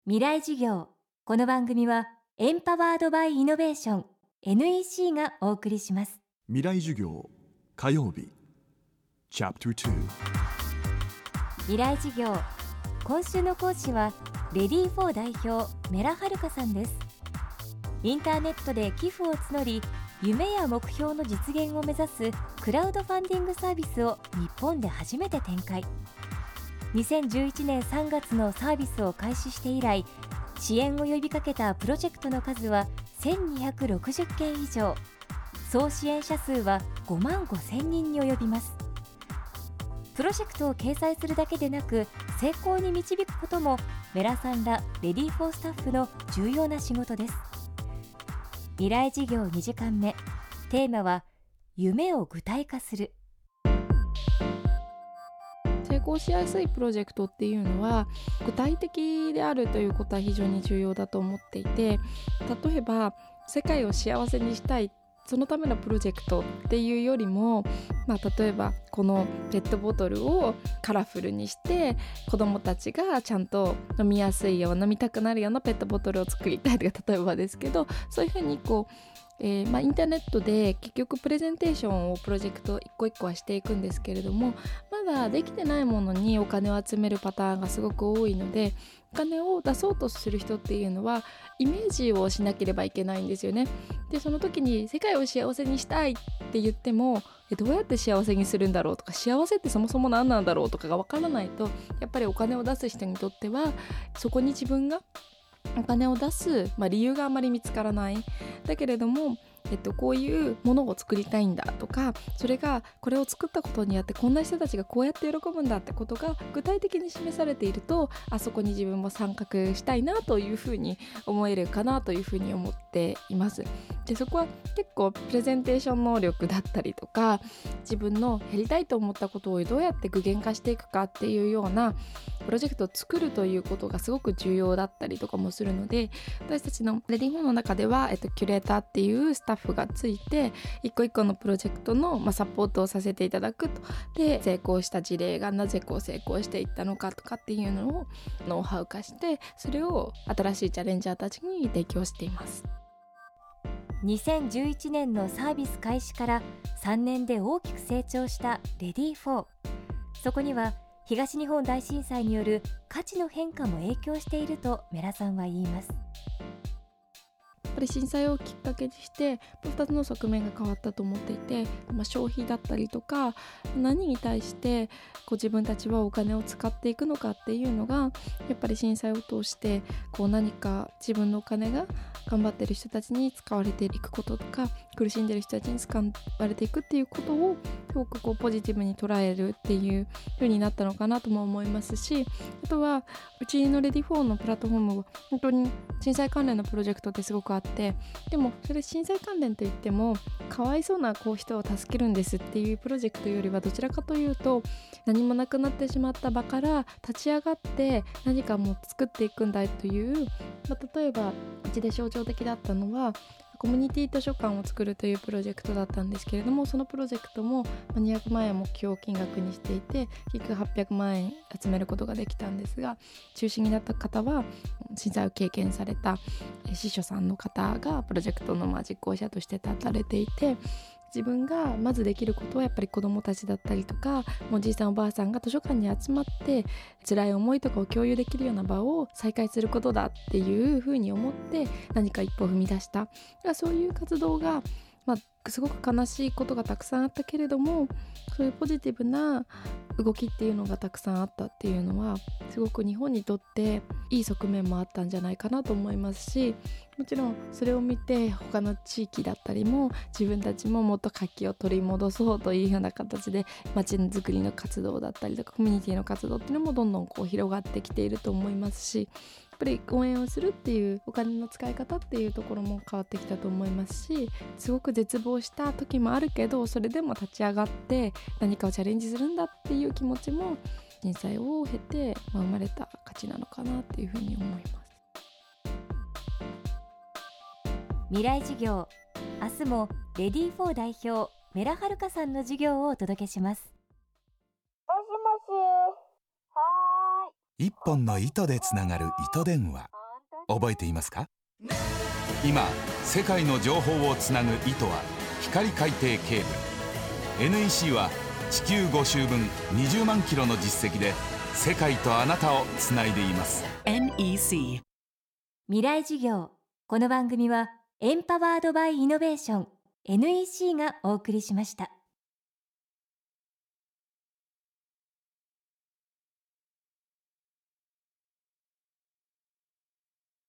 未来授業。この番組はエンパワードバイイノベーション NEC がお送りします。 未来授業火曜日チャプター2。 未来授業、今週の講師はレディフォー代表メラハルカさんです。インターネットで寄付を募り、夢や目標の実現を目指すクラウドファンディングサービスを日本で初めて展開。2011年3月のサービスを開始して以来、支援を呼びかけたプロジェクトの数は1260件以上、総支援者数は5万5千人に及びます。プロジェクトを掲載するだけでなく、成功に導くこともメラさんらレディフォースタッフの重要な仕事です。未来事業2時間目、テーマは夢を具体化する。 成功しやすいプロジェクトっていうのは具体的であるということは非常に重要だと思っていて、例えば世界を幸せにしたい、そのためのプロジェクトっていうよりも、例えばこのペットボトルをカラフルにして子どもたちがちゃんと飲みやすいよう、飲みたくなるようなペットボトルを作りたいとか、例えばですけど、そういうふうにインターネットで結局プレゼンテーションをプロジェクト一個一個はしていくんですけれども、まだできてないものにお金を集めるパターンがすごく多いので、お金を出そうとする人っていうのはイメージをしなければいけないんですよね。でその時に世界を幸せにしたいって言っても、どうやって幸せにするんだろうとか、幸せってそもそも何なんだろうとかが分からないと、やっぱりお金を出す人にとってはそこに自分がお金を出す、理由があまり見つからない。だけれども、こういうものを作りたいんだとか、それがこれを作ったことによってこんな人たちがこうやって喜ぶんだってことが具体的に示されていると、あそこに自分も参画したいなというふうに思えるかなというふうに思っています。でそこは結構プレゼンテーション能力だったりとか、自分のやりたいと思ったことをどうやって具現化していくかっていうようなプロジェクトを作るということがすごく重要だったりとかもするので、私たちのレディフォーの中では、キュレーターっていうスタッフがついて、一個一個のプロジェクトの、サポートをさせていただくと。で成功した事例がなぜ成功していったのかとかっていうのをノウハウ化して、それを新しいチャレンジャーたちに提供しています。 2011年のサービス開始から3年で大きく成長したレディフォー。そこには東日本大震災による価値の変化も影響しているとメラさんは言います。 やっぱり震災をきっかけにして2つの側面が変わったと思っていて、消費だったりとか、何に対して自分たちはお金を使っていくのかっていうのが、やっぱり震災を通して何か自分のお金が頑張ってる人たちに使われていくこととか、苦しんでる人たちに使われていくっていうことをすごくポジティブに捉えるっていう風になったのかなとも思いますし、あとはうちのレディフォーのプラットフォームは本当に震災関連のプロジェクトってすごくあって、でもそれ震災関連といってもかわいそうな人を助けるんですっていうプロジェクトよりは、どちらかというと何もなくなってしまった場から立ち上がって何かも作っていくんだという、例えばうちで象徴的だったのはコミュニティ図書館を作るというプロジェクトだったんですけれども、そのプロジェクトも200万円を目標金額にしていて、結局800万円集めることができたんですが、中心になった方は震災を経験された司書さんの方がプロジェクトの実行者として立たれていて、自分がまずできることはやっぱり子どもたちだったりとか、おじいさんおばあさんが図書館に集まって辛い思いとかを共有できるような場を再開することだっていうふうに思って何か一歩踏み出した。そういう活動がすごく悲しいことがたくさんあったけれども、そういうポジティブな動きっていうのがたくさんあったっていうのは、すごく日本にとっていい側面もあったんじゃないかなと思いますし、もちろんそれを見て他の地域だったりも自分たちももっと活気を取り戻そうというような形で街づくりの活動だったりとかコミュニティの活動っていうのもどんどん広がってきていると思いますし、やっぱり応援をするっていうお金の使い方っていうところも変わってきたと思いますし、すごく絶望した時もあるけど、それでも立ち上がって何かをチャレンジするんだっていう気持ちも震災を経て生まれた価値なのかなっていうふうに思います。 未来授業、明日もレディフォー代表メラハルカさんの授業をお届けします。 もしもし、はーい。 一本の糸でつながる糸電話、覚えていますか？今世界の情報をつなぐ糸は光海底ケーブル。 NEC は地球5周分20万キロの実績で世界とあなたをつないでいます。 NEC 未来事業。この番組はエンパワードバイイノベーション NEC がお送りしました。